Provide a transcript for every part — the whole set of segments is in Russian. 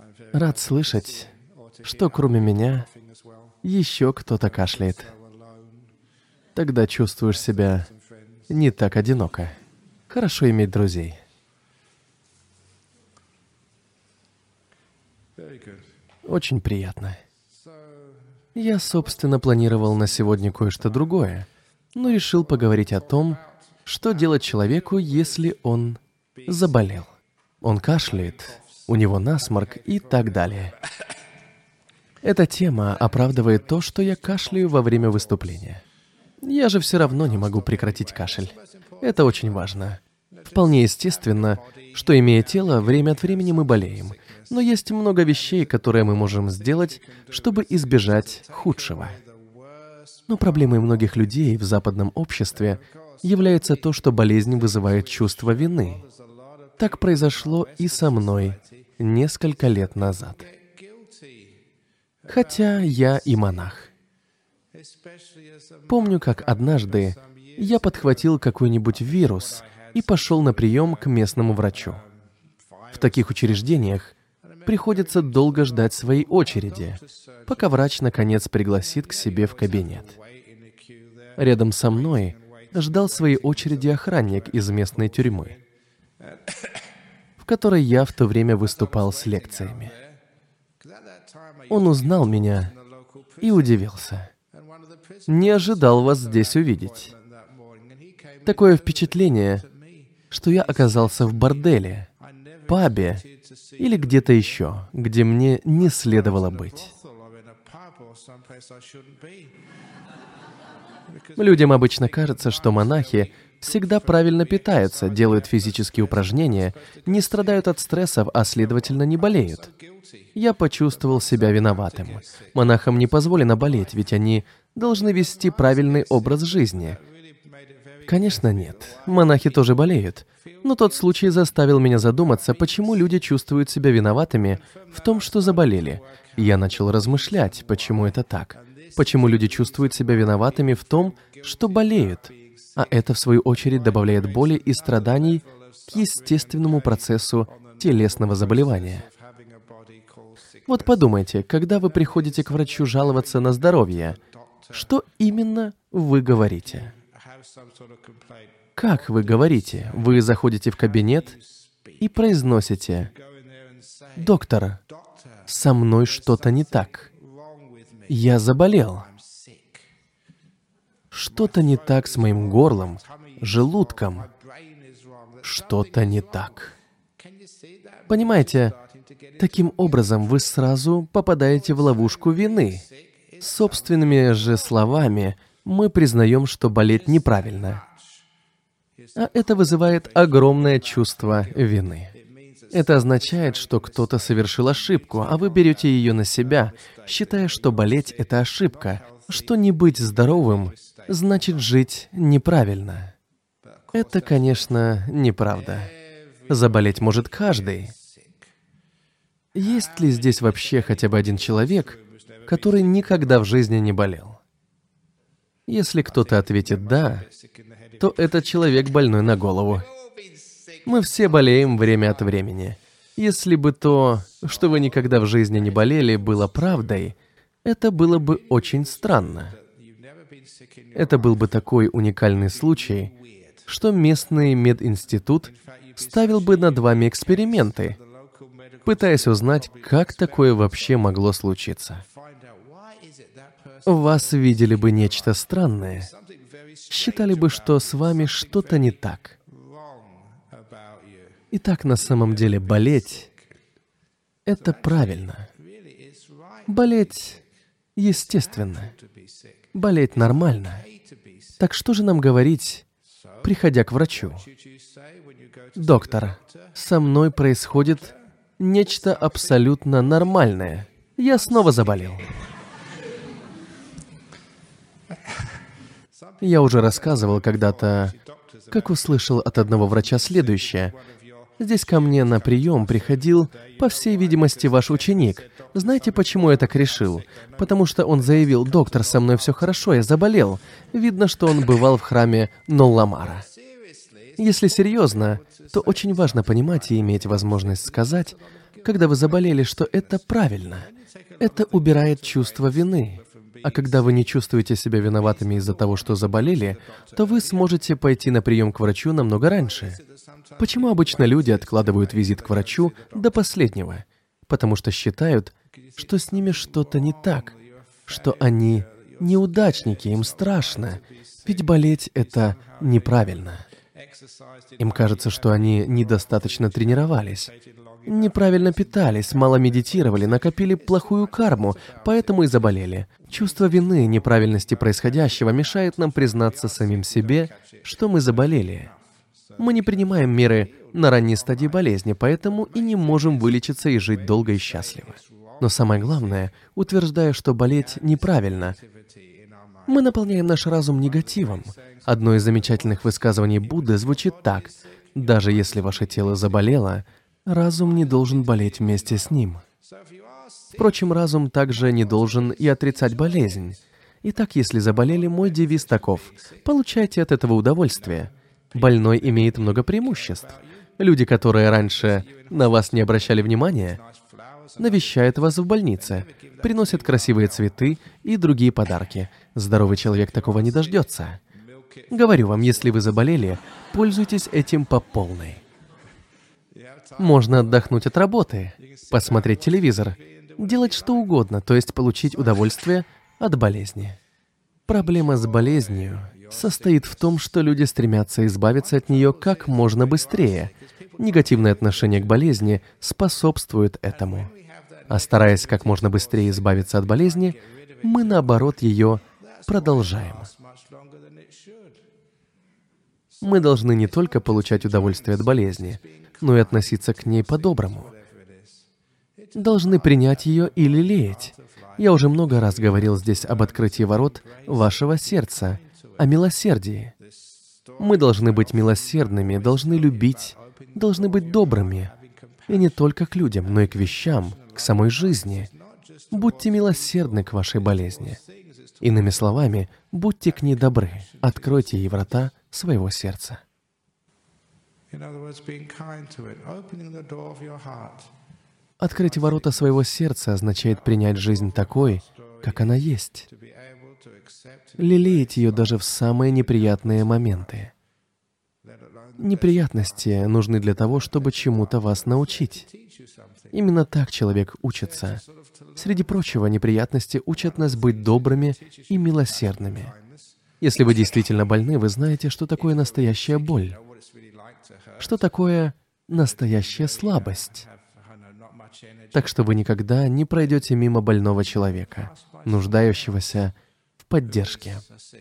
рад слышать, что кроме меня еще кто-то кашляет. Тогда чувствуешь себя не так одиноко. Хорошо иметь друзей. Очень приятно. Я, собственно, планировал на сегодня кое-что другое, но решил поговорить о том, что делать человеку, если он заболел. Он кашляет, у него насморк и так далее. Эта тема оправдывает то, что я кашляю во время выступления. Я же все равно не могу прекратить кашель. Это очень важно. Вполне естественно, что, имея тело, время от времени мы болеем. Но есть много вещей, которые мы можем сделать, чтобы избежать худшего. Но проблемой многих людей в западном обществе является то, что болезнь вызывает чувство вины. Так произошло и со мной несколько лет назад. Хотя я и монах. Помню, как однажды я подхватил какой-нибудь вирус и пошел на прием к местному врачу. В таких учреждениях приходится долго ждать своей очереди, пока врач наконец пригласит к себе в кабинет. Рядом со мной ждал своей очереди охранник из местной тюрьмы, в которой я в то время выступал с лекциями. Он узнал меня и удивился. «Не ожидал вас здесь увидеть. Такое впечатление, что я оказался в борделе, пабе или где-то еще, где мне не следовало быть». Людям обычно кажется, что монахи всегда правильно питаются, делают физические упражнения, не страдают от стрессов, а следовательно не болеют. Я почувствовал себя виноватым. Монахам не позволено болеть, ведь они должны вести правильный образ жизни. Конечно, нет. Монахи тоже болеют. Но тот случай заставил меня задуматься, почему люди чувствуют себя виноватыми в том, что заболели. И я начал размышлять, почему это так. Почему люди чувствуют себя виноватыми в том, что болеют. А это, в свою очередь, добавляет боли и страданий к естественному процессу телесного заболевания. Вот подумайте, когда вы приходите к врачу жаловаться на здоровье, что именно вы говорите? Как вы говорите? Вы заходите в кабинет и произносите: «Доктор, со мной что-то не так. Я заболел. Что-то не так с моим горлом, желудком. Что-то не так». Понимаете, таким образом вы сразу попадаете в ловушку вины. Собственными же словами мы признаем, что болеть неправильно. А это вызывает огромное чувство вины. Это означает, что кто-то совершил ошибку, а вы берете ее на себя, считая, что болеть — это ошибка, что не быть здоровым значит жить неправильно. Это, конечно, неправда. Заболеть может каждый. Есть ли здесь вообще хотя бы один человек, который никогда в жизни не болел? Если кто-то ответит «да», то этот человек больной на голову. Мы все болеем время от времени. Если бы то, что вы никогда в жизни не болели, было правдой, это было бы очень странно. Это был бы такой уникальный случай, что местный мединститут ставил бы над вами эксперименты, пытаясь узнать, как такое вообще могло случиться. Вас видели бы нечто странное, считали бы, что с вами что-то не так. Итак, на самом деле болеть — это правильно. Болеть естественно. Болеть нормально. Так что же нам говорить, приходя к врачу? «Доктор, со мной происходит нечто абсолютно нормальное. Я снова заболел». Я уже рассказывал когда-то, как услышал от одного врача следующее. Здесь ко мне на прием приходил, по всей видимости, ваш ученик. Знаете, почему я так решил? Потому что он заявил: «Доктор, со мной все хорошо, я заболел». Видно, что он бывал в храме Нолламара. Если серьезно, то очень важно понимать и иметь возможность сказать, когда вы заболели, что это правильно. Это убирает чувство вины. А когда вы не чувствуете себя виноватыми из-за того, что заболели, то вы сможете пойти на прием к врачу намного раньше. Почему обычно люди откладывают визит к врачу до последнего? Потому что считают, что с ними что-то не так, что они неудачники, им страшно, ведь болеть — это неправильно. Им кажется, что они недостаточно тренировались, неправильно питались, мало медитировали, накопили плохую карму, поэтому и заболели. Чувство вины, неправильности происходящего мешает нам признаться самим себе, что мы заболели. Мы не принимаем меры на ранней стадии болезни, поэтому и не можем вылечиться и жить долго и счастливо. Но самое главное, утверждая, что болеть неправильно, мы наполняем наш разум негативом. Одно из замечательных высказываний Будды звучит так: «Даже если ваше тело заболело, разум не должен болеть вместе с ним». Впрочем, разум также не должен и отрицать болезнь. Итак, если заболели, мой девиз таков: получайте от этого удовольствие. Больной имеет много преимуществ. Люди, которые раньше на вас не обращали внимания, навещают вас в больнице, приносят красивые цветы и другие подарки. Здоровый человек такого не дождется. Говорю вам, если вы заболели, пользуйтесь этим по полной. Можно отдохнуть от работы, посмотреть телевизор, делать что угодно, то есть получить удовольствие от болезни. Проблема с болезнью состоит в том, что люди стремятся избавиться от нее как можно быстрее. Негативное отношение к болезни способствует этому. А стараясь как можно быстрее избавиться от болезни, мы, наоборот, ее продолжаем. Мы должны не только получать удовольствие от болезни, но и относиться к ней по-доброму. Должны принять ее и лелеять. Я уже много раз говорил здесь об открытии ворот вашего сердца, о милосердии. Мы должны быть милосердными, должны любить, должны быть добрыми. И не только к людям, но и к вещам, к самой жизни. Будьте милосердны к вашей болезни. Иными словами, будьте к ней добры, откройте ей врата своего сердца. Открыть ворота своего сердца означает принять жизнь такой, как она есть. Лелеять ее даже в самые неприятные моменты. Неприятности нужны для того, чтобы чему-то вас научить. Именно так человек учится. Среди прочего, неприятности учат нас быть добрыми и милосердными. Если вы действительно больны, вы знаете, что такое настоящая боль, что такое настоящая слабость. Так что вы никогда не пройдете мимо больного человека, нуждающегося в поддержке.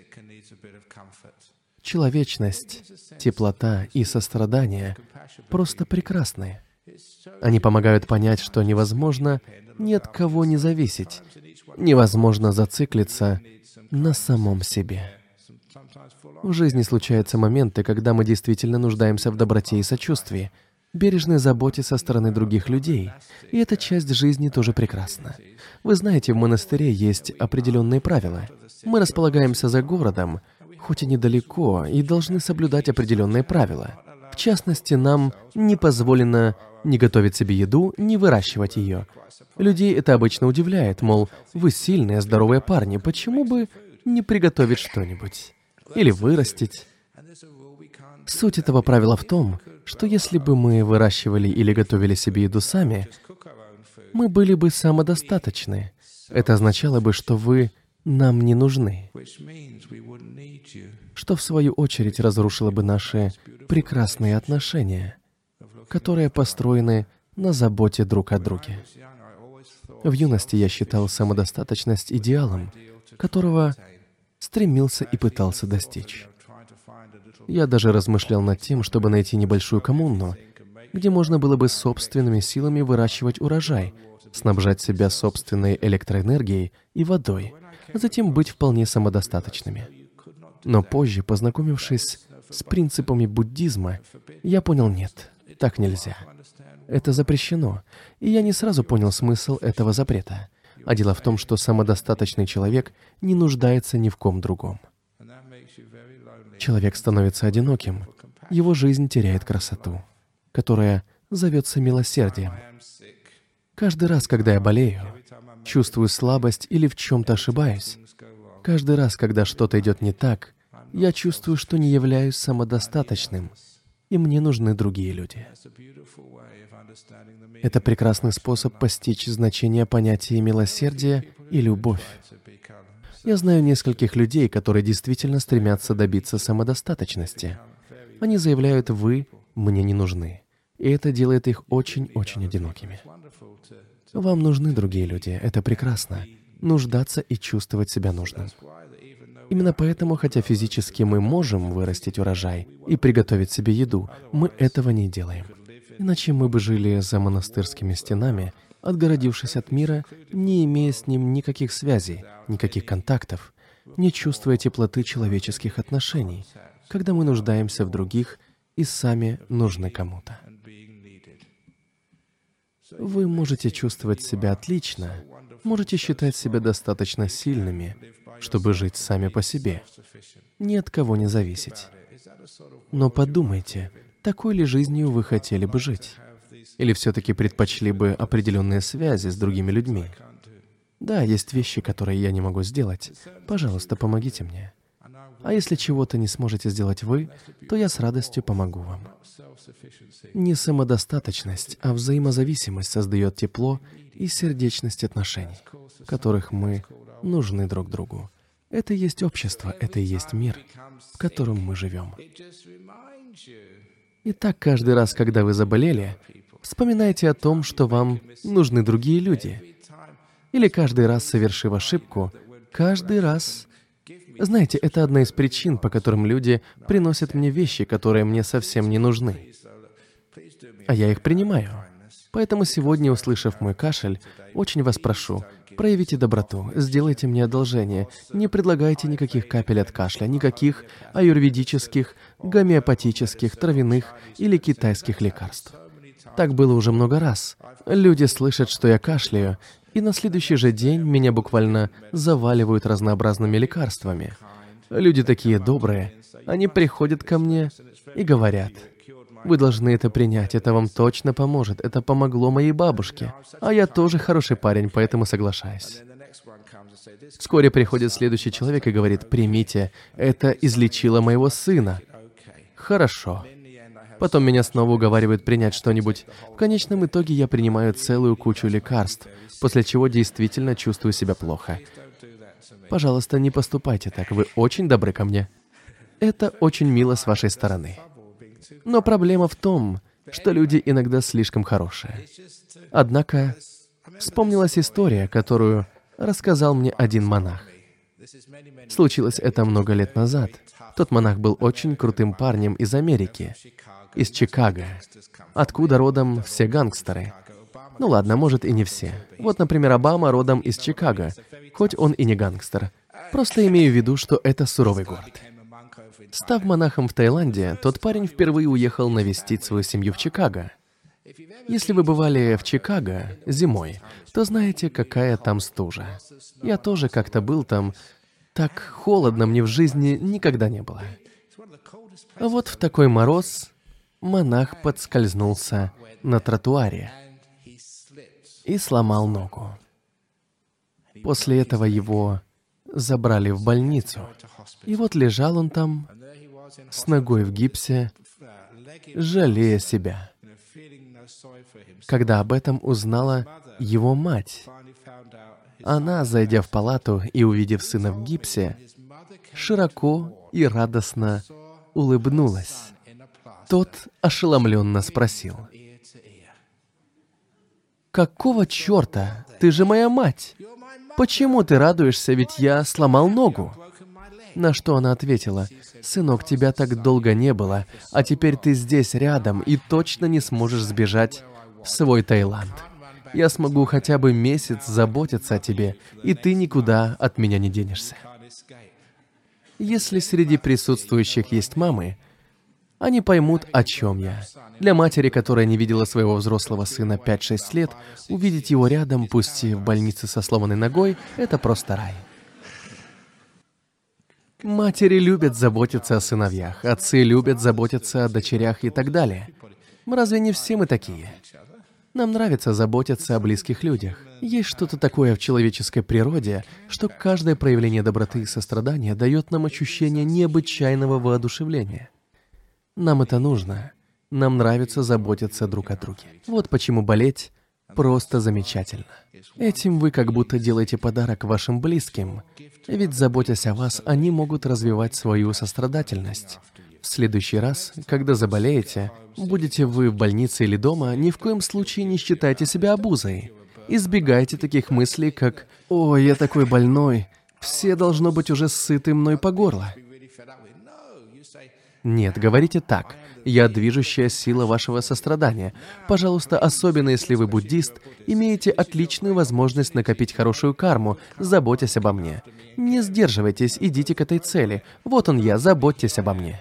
Человечность, теплота и сострадание просто прекрасны. Они помогают понять, что невозможно ни от кого не зависеть, невозможно зациклиться на самом себе. В жизни случаются моменты, когда мы действительно нуждаемся в доброте и сочувствии, бережной заботе со стороны других людей, и эта часть жизни тоже прекрасна. Вы знаете, в монастыре есть определенные правила. Мы располагаемся за городом, хоть и недалеко, и должны соблюдать определенные правила. В частности, нам не позволено ни готовить себе еду, ни выращивать ее. Людей это обычно удивляет, мол, вы сильные, здоровые парни, почему бы не приготовить что-нибудь? Или вырастить? Суть этого правила в том, что если бы мы выращивали или готовили себе еду сами, мы были бы самодостаточны. Это означало бы, что вы нам не нужны, что в свою очередь разрушило бы наши прекрасные отношения, которые построены на заботе друг о друге. В юности я считал самодостаточность идеалом, которого стремился и пытался достичь. Я даже размышлял над тем, чтобы найти небольшую коммуну, где можно было бы собственными силами выращивать урожай, снабжать себя собственной электроэнергией и водой, а затем быть вполне самодостаточными. Но позже, познакомившись с принципами буддизма, я понял, нет, так нельзя. Это запрещено, и я не сразу понял смысл этого запрета. А дело в том, что самодостаточный человек не нуждается ни в ком другом. Человек становится одиноким, его жизнь теряет красоту, которая зовется милосердием. Каждый раз, когда я болею, чувствую слабость или в чем-то ошибаюсь, каждый раз, когда что-то идет не так, я чувствую, что не являюсь самодостаточным, и мне нужны другие люди. Это прекрасный способ постичь значение понятия милосердия и любовь. Я знаю нескольких людей, которые действительно стремятся добиться самодостаточности. Они заявляют: «Вы мне не нужны». И это делает их очень-очень одинокими. Вам нужны другие люди. Это прекрасно. Нуждаться и чувствовать себя нужным. Именно поэтому, хотя физически мы можем вырастить урожай и приготовить себе еду, мы этого не делаем. Иначе мы бы жили за монастырскими стенами, отгородившись от мира, не имея с ним никаких связей, никаких контактов, не чувствуя теплоты человеческих отношений, когда мы нуждаемся в других и сами нужны кому-то. Вы можете чувствовать себя отлично, можете считать себя достаточно сильными, чтобы жить сами по себе, ни от кого не зависеть. Но подумайте, такой ли жизнью вы хотели бы жить? Или все-таки предпочли бы определенные связи с другими людьми? Да, есть вещи, которые я не могу сделать. Пожалуйста, помогите мне. А если чего-то не сможете сделать вы, то я с радостью помогу вам. Не самодостаточность, а взаимозависимость создает тепло и сердечность отношений, в которых мы нужны друг другу. Это и есть общество, это и есть мир, в котором мы живем. Итак, каждый раз, когда вы заболели, вспоминайте о том, что вам нужны другие люди. Или каждый раз, совершив ошибку, каждый раз... Знаете, это одна из причин, по которым люди приносят мне вещи, которые мне совсем не нужны. А я их принимаю. Поэтому сегодня, услышав мой кашель, очень вас прошу, проявите доброту, сделайте мне одолжение, не предлагайте никаких капель от кашля, никаких аюрведических, гомеопатических, травяных или китайских лекарств. Так было уже много раз. Люди слышат, что я кашляю, и на следующий же день меня буквально заваливают разнообразными лекарствами. Люди такие добрые, они приходят ко мне и говорят: «Вы должны это принять, это вам точно поможет, это помогло моей бабушке, а я тоже хороший парень, поэтому соглашаюсь». Вскоре приходит следующий человек и говорит: «Примите, это излечило моего сына». Хорошо. Потом меня снова уговаривают принять что-нибудь. В конечном итоге я принимаю целую кучу лекарств, после чего действительно чувствую себя плохо. Пожалуйста, не поступайте так, вы очень добры ко мне. Это очень мило с вашей стороны. Но проблема в том, что люди иногда слишком хорошие. Однако, вспомнилась история, которую рассказал мне один монах. Случилось это много лет назад. Тот монах был очень крутым парнем из Америки, из Чикаго, откуда родом все гангстеры. Ну ладно, может и не все. Вот, например, Обама родом из Чикаго, хоть он и не гангстер. Просто имею в виду, что это суровый город. Став монахом в Таиланде, тот парень впервые уехал навестить свою семью в Чикаго. Если вы бывали в Чикаго зимой, то знаете, какая там стужа. Я тоже как-то был там. Так холодно мне в жизни никогда не было. А вот в такой мороз монах подскользнулся на тротуаре и сломал ногу. После этого его забрали в больницу. И вот лежал он там, с ногой в гипсе, жалея себя. Когда об этом узнала его мать, она, зайдя в палату и увидев сына в гипсе, широко и радостно улыбнулась. Тот ошеломленно спросил: «Какого черта? Ты же моя мать! Почему ты радуешься, ведь я сломал ногу?» На что она ответила: «Сынок, тебя так долго не было, а теперь ты здесь рядом и точно не сможешь сбежать в свой Таиланд. Я смогу хотя бы месяц заботиться о тебе, и ты никуда от меня не денешься». Если среди присутствующих есть мамы, они поймут, о чем я. Для матери, которая не видела своего взрослого сына 5-6 лет, увидеть его рядом, пусть и в больнице со сломанной ногой, это просто рай. Матери любят заботиться о сыновьях, отцы любят заботиться о дочерях и так далее. Разве не все мы такие? Нам нравится заботиться о близких людях. Есть что-то такое в человеческой природе, что каждое проявление доброты и сострадания дает нам ощущение необычайного воодушевления. Нам это нужно. Нам нравится заботиться друг о друге. Вот почему болеть просто замечательно. Этим вы как будто делаете подарок вашим близким, ведь, заботясь о вас, они могут развивать свою сострадательность. В следующий раз, когда заболеете, будете вы в больнице или дома, ни в коем случае не считайте себя обузой. Избегайте таких мыслей, как «Ой, я такой больной, все должно быть уже сыты мной по горло». Нет, говорите так. «Я движущая сила вашего сострадания. Пожалуйста, особенно если вы буддист, имеете отличную возможность накопить хорошую карму, заботясь обо мне. Не сдерживайтесь, идите к этой цели. Вот он я, заботьтесь обо мне».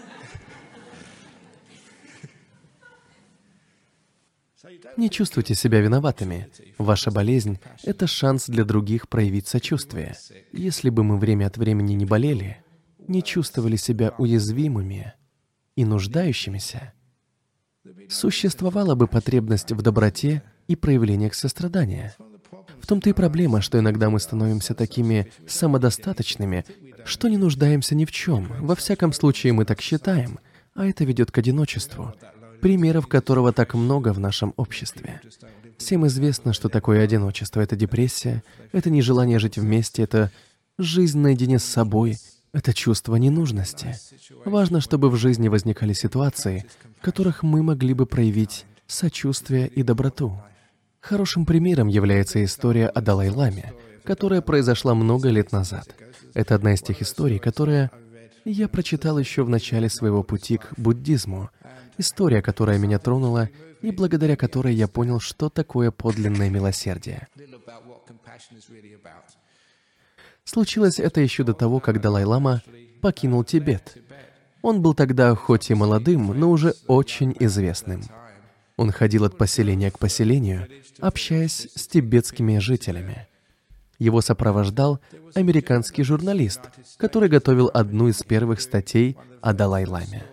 Не чувствуйте себя виноватыми. Ваша болезнь — это шанс для других проявить сочувствие. Если бы мы время от времени не болели, не чувствовали себя уязвимыми и нуждающимися, существовала бы потребность в доброте и проявлениях сострадания. В том-то и проблема, что иногда мы становимся такими самодостаточными, что не нуждаемся ни в чем. Во всяком случае, мы так считаем, а это ведет к одиночеству, примеров которого так много в нашем обществе. Всем известно, что такое одиночество. Это депрессия, это нежелание жить вместе, это жизнь наедине с собой, это чувство ненужности. Важно, чтобы в жизни возникали ситуации, в которых мы могли бы проявить сочувствие и доброту. Хорошим примером является история о Далай-ламе, которая произошла много лет назад. Это одна из тех историй, которые я прочитал еще в начале своего пути к буддизму. История, которая меня тронула, и благодаря которой я понял, что такое подлинное милосердие. Случилось это еще до того, как Далай-лама покинул Тибет. Он был тогда хоть и молодым, но уже очень известным. Он ходил от поселения к поселению, общаясь с тибетскими жителями. Его сопровождал американский журналист, который готовил одну из первых статей о Далай-ламе.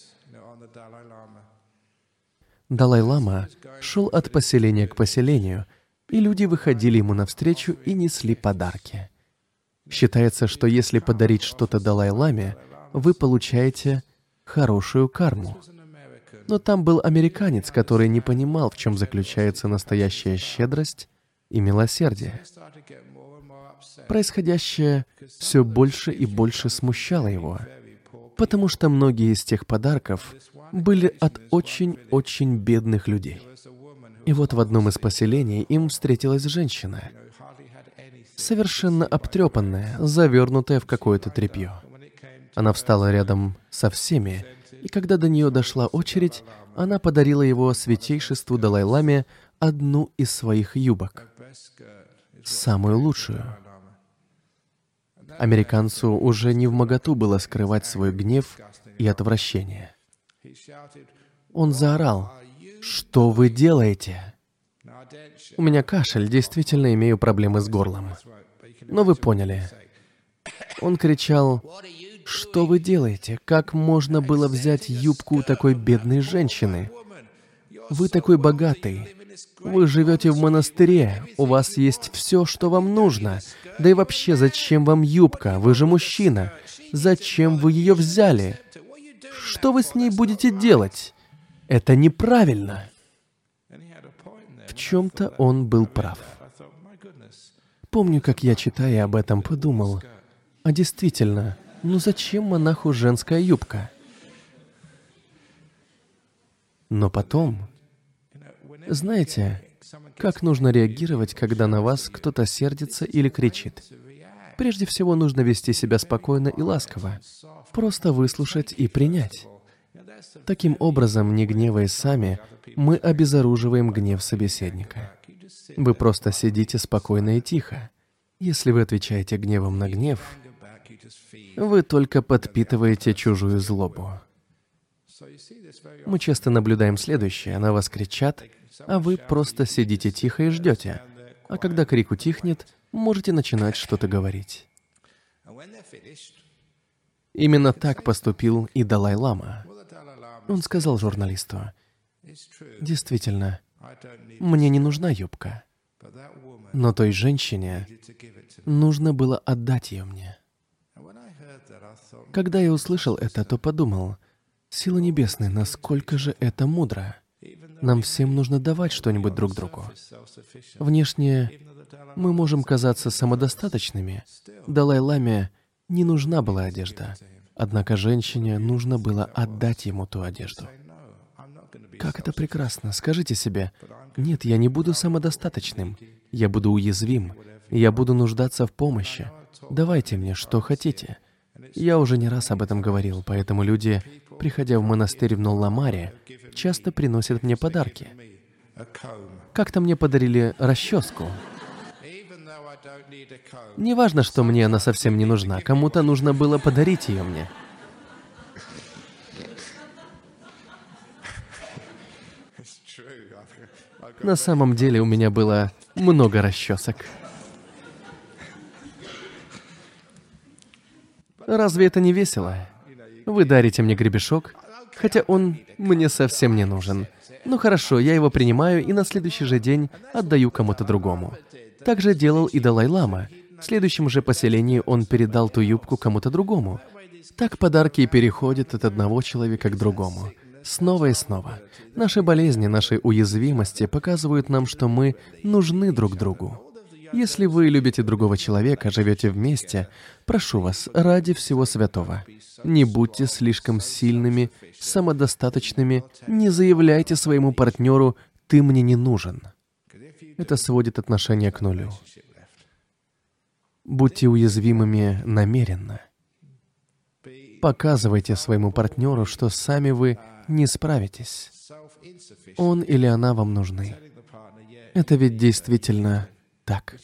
Далай-лама шел от поселения к поселению, и люди выходили ему навстречу и несли подарки. Считается, что если подарить что-то Далай-ламе, вы получаете хорошую карму. Но там был американец, который не понимал, в чем заключается настоящая щедрость и милосердие. Происходящее все больше и больше смущало его, потому что многие из тех подарков были от очень-очень бедных людей. И вот в одном из поселений им встретилась женщина, совершенно обтрепанная, завернутая в какое-то тряпье. Она встала рядом со всеми, и когда до нее дошла очередь, она подарила его святейшеству Далай-ламе одну из своих юбок, самую лучшую. Американцу уже не вмоготу было скрывать свой гнев и отвращение. Он заорал: «Что вы делаете?» У меня кашель, действительно имею проблемы с горлом. Но вы поняли. Он кричал: «Что вы делаете? Как можно было взять юбку у такой бедной женщины? Вы такой богатый. Вы живете в монастыре, у вас есть все, что вам нужно. Да и вообще, зачем вам юбка? Вы же мужчина. Зачем вы ее взяли? Что вы с ней будете делать? Это неправильно». В чем-то он был прав. Помню, как я, читая об этом, подумал: а действительно, ну зачем монаху женская юбка? Но потом, знаете, как нужно реагировать, когда на вас кто-то сердится или кричит? Прежде всего, нужно вести себя спокойно и ласково, просто выслушать и принять. Таким образом, не гневаясь сами, мы обезоруживаем гнев собеседника. Вы просто сидите спокойно и тихо. Если вы отвечаете гневом на гнев, вы только подпитываете чужую злобу. Мы часто наблюдаем следующее: на вас кричат, а вы просто сидите тихо и ждете. А когда крик утихнет, можете начинать что-то говорить. Именно так поступил и Далай-лама. Он сказал журналисту: «Действительно, мне не нужна юбка, но той женщине нужно было отдать ее мне». Когда я услышал это, то подумал: сила небесная, насколько же это мудро. Нам всем нужно давать что-нибудь друг другу. Внешне мы можем казаться самодостаточными. Далай-ламе не нужна была одежда, однако женщине нужно было отдать ему ту одежду. Как это прекрасно! Скажите себе: нет, я не буду самодостаточным, я буду уязвим, я буду нуждаться в помощи. Давайте мне, что хотите. Я уже не раз об этом говорил, поэтому люди, приходя в монастырь в Нолламаре, часто приносят мне подарки. Как-то мне подарили расческу. Не важно, что мне она совсем не нужна, кому-то нужно было подарить ее мне. На самом деле у меня было много расчесок. Разве это не весело? Вы дарите мне гребешок, хотя он мне совсем не нужен. Ну хорошо, я его принимаю и на следующий же день отдаю кому-то другому. Так же делал и Далай-лама. В следующем же поселении он передал ту юбку кому-то другому. Так подарки и переходят от одного человека к другому. Снова и снова. Наши болезни, наши уязвимости показывают нам, что мы нужны друг другу. Если вы любите другого человека, живете вместе, прошу вас, ради всего святого, не будьте слишком сильными, самодостаточными, не заявляйте своему партнеру: «ты мне не нужен». Это сводит отношения к нулю. Будьте уязвимыми намеренно. Показывайте своему партнеру, что сами вы не справитесь. Он или она вам нужны. Это ведь действительно так.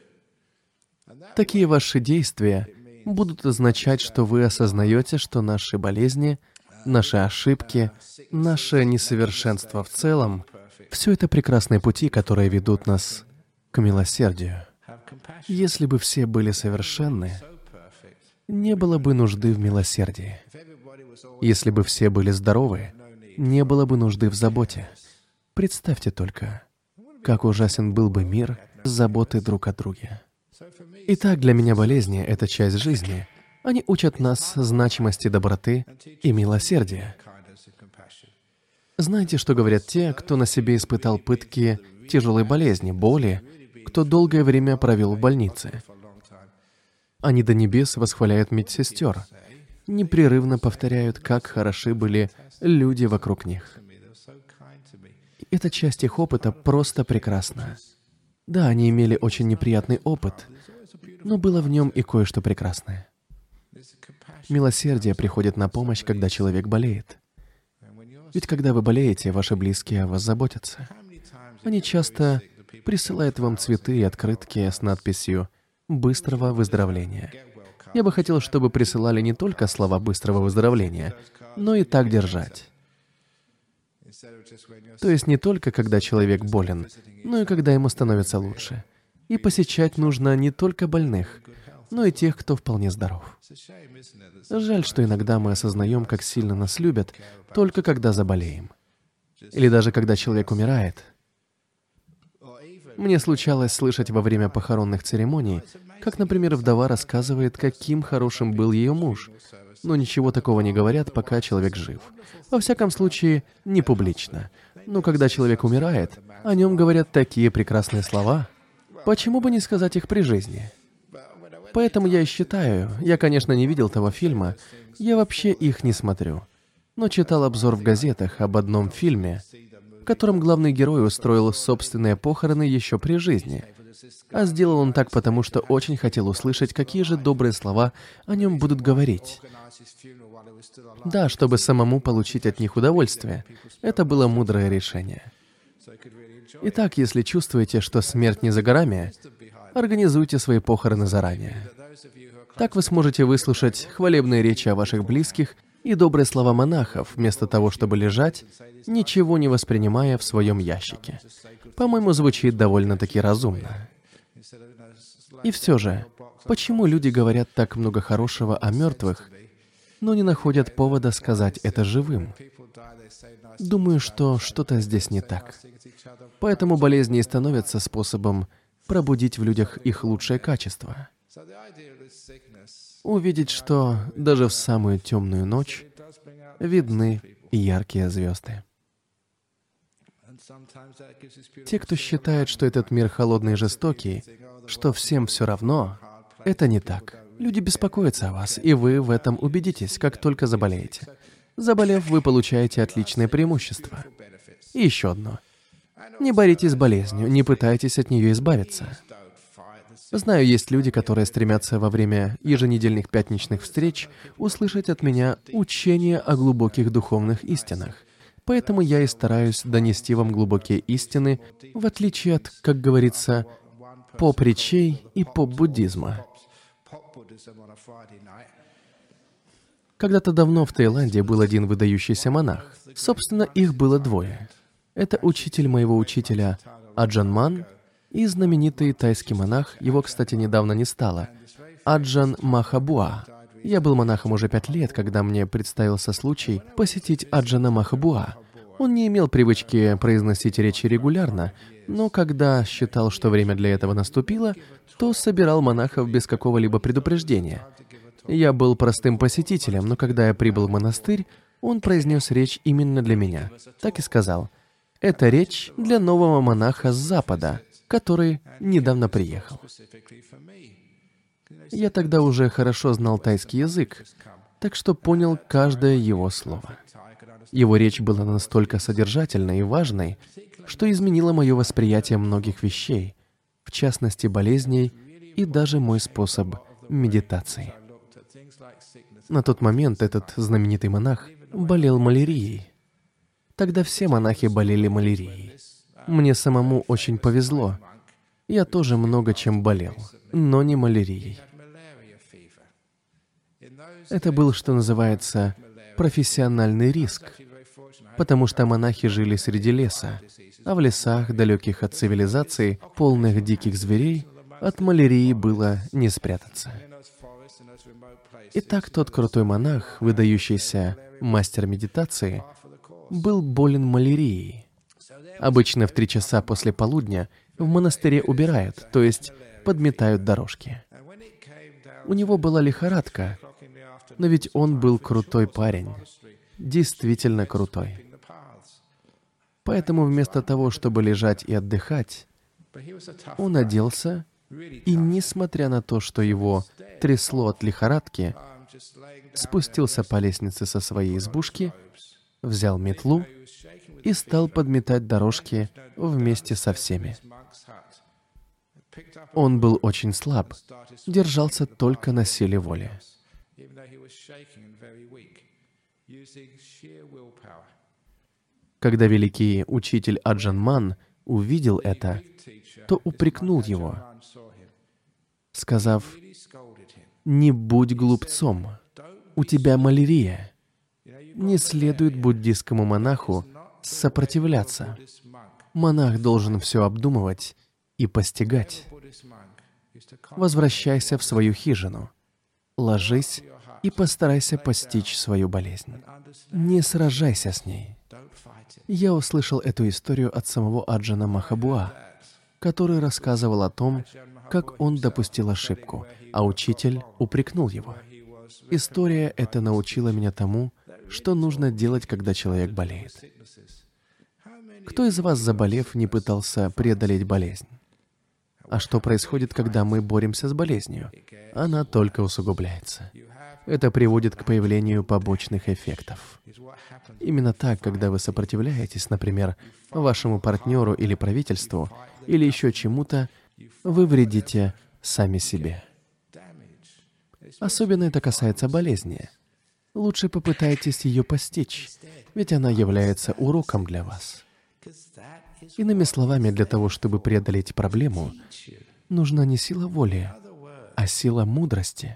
Такие ваши действия будут означать, что вы осознаете, что наши болезни, наши ошибки, наше несовершенство в целом — все это прекрасные пути, которые ведут нас к милосердию. Если бы все были совершенны, не было бы нужды в милосердии. Если бы все были здоровы, не было бы нужды в заботе. Представьте только, как ужасен был бы мир с заботой друг о друге. Итак, для меня болезни — это часть жизни. Они учат нас значимости доброты и милосердия. Знаете, что говорят те, кто на себе испытал пытки тяжелой болезни, боли, кто долгое время провел в больнице? Они до небес восхваляют медсестер, непрерывно повторяют, как хороши были люди вокруг них. Эта часть их опыта просто прекрасна. Да, они имели очень неприятный опыт, но было в нем и кое-что прекрасное. Милосердие приходит на помощь, когда человек болеет. Ведь когда вы болеете, ваши близкие о вас заботятся. Они часто присылают вам цветы и открытки с надписью «Быстрого выздоровления». Я бы хотел, чтобы присылали не только слова быстрого выздоровления, но и «так держать». То есть не только когда человек болен, но и когда ему становится лучше. И посещать нужно не только больных, но и тех, кто вполне здоров. Жаль, что иногда мы осознаем, как сильно нас любят, только когда заболеем. Или даже когда человек умирает. Мне случалось слышать во время похоронных церемоний, как, например, вдова рассказывает, каким хорошим был ее муж, но ничего такого не говорят, пока человек жив. Во всяком случае, не публично. Но когда человек умирает, о нем говорят такие прекрасные слова. Почему бы не сказать их при жизни? Поэтому я и считаю, я, конечно, не видел того фильма, я вообще их не смотрю, но читал обзор в газетах об одном фильме, в котором главный герой устроил собственные похороны еще при жизни. А сделал он так, потому что очень хотел услышать, какие же добрые слова о нем будут говорить. Да, чтобы самому получить от них удовольствие. Это было мудрое решение. Итак, если чувствуете, что смерть не за горами, организуйте свои похороны заранее. Так вы сможете выслушать хвалебные речи о ваших близких и добрые слова монахов, вместо того, чтобы лежать, ничего не воспринимая в своем ящике. По-моему, звучит довольно-таки разумно. И все же, почему люди говорят так много хорошего о мертвых но не находят повода сказать это живым. Думаю, что что-то здесь не так. Поэтому болезни и становятся способом пробудить в людях их лучшее качество. Увидеть, что даже в самую темную ночь видны яркие звезды. Те, кто считает, что этот мир холодный и жестокий, что всем все равно, это не так. Люди беспокоятся о вас, и вы в этом убедитесь, как только заболеете. Заболев, вы получаете отличное преимущество. И еще одно. Не боритесь с болезнью, не пытайтесь от нее избавиться. Знаю, есть люди, которые стремятся во время еженедельных пятничных встреч услышать от меня учение о глубоких духовных истинах. Поэтому я и стараюсь донести вам глубокие истины, в отличие от, как говорится, поп-речей и поп-буддизма. Когда-то давно в Таиланде был один выдающийся монах. Собственно, их было двое. Это учитель моего учителя Аджан Ман и знаменитый тайский монах, его, кстати, недавно не стало, Аджан Махабуа. Я был монахом уже 5 лет, когда мне представился случай посетить Аджана Махабуа. Он не имел привычки произносить речи регулярно, но когда считал, что время для этого наступило, то собирал монахов без какого-либо предупреждения. Я был простым посетителем, но когда я прибыл в монастырь, он произнес речь именно для меня. Так и сказал: «Это речь для нового монаха с Запада, который недавно приехал». Я тогда уже хорошо знал тайский язык, так что понял каждое его слово. Его речь была настолько содержательной и важной, что изменила мое восприятие многих вещей, в частности болезней и даже мой способ медитации. На тот момент этот знаменитый монах болел малярией. Тогда все монахи болели малярией. Мне самому очень повезло. Я тоже много чем болел, но не малярией. Это был, что называется, профессиональный риск, потому что монахи жили среди леса, а в лесах, далеких от цивилизации, полных диких зверей, от малярии было не спрятаться. Итак, тот крутой монах, выдающийся мастер медитации, был болен малярией. Обычно в 3 часа после полудня в монастыре убирают, то есть подметают дорожки. У него была лихорадка, но ведь он был крутой парень, действительно крутой. Поэтому вместо того, чтобы лежать и отдыхать, он оделся и, несмотря на то, что его трясло от лихорадки, спустился по лестнице со своей избушки, взял метлу и стал подметать дорожки вместе со всеми. Он был очень слаб, держался только на силе воли. Когда великий учитель Аджан Ман увидел это, то упрекнул его, сказав: «Не будь глупцом, у тебя малярия. Не следует буддийскому монаху сопротивляться. Монах должен все обдумывать и постигать. Возвращайся в свою хижину, ложись и постарайся постичь свою болезнь. Не сражайся с ней». Я услышал эту историю от самого Аджана Махабуа, который рассказывал о том, как он допустил ошибку, а учитель упрекнул его. История эта научила меня тому, что нужно делать, когда человек болеет. Кто из вас, заболев, не пытался преодолеть болезнь? А что происходит, когда мы боремся с болезнью? Она только усугубляется. Это приводит к появлению побочных эффектов. Именно так, когда вы сопротивляетесь, например, вашему партнеру или правительству, или еще чему-то, вы вредите сами себе. Особенно это касается болезни. Лучше попытайтесь ее постичь, ведь она является уроком для вас. Иными словами, для того, чтобы преодолеть проблему, нужна не сила воли, а сила мудрости.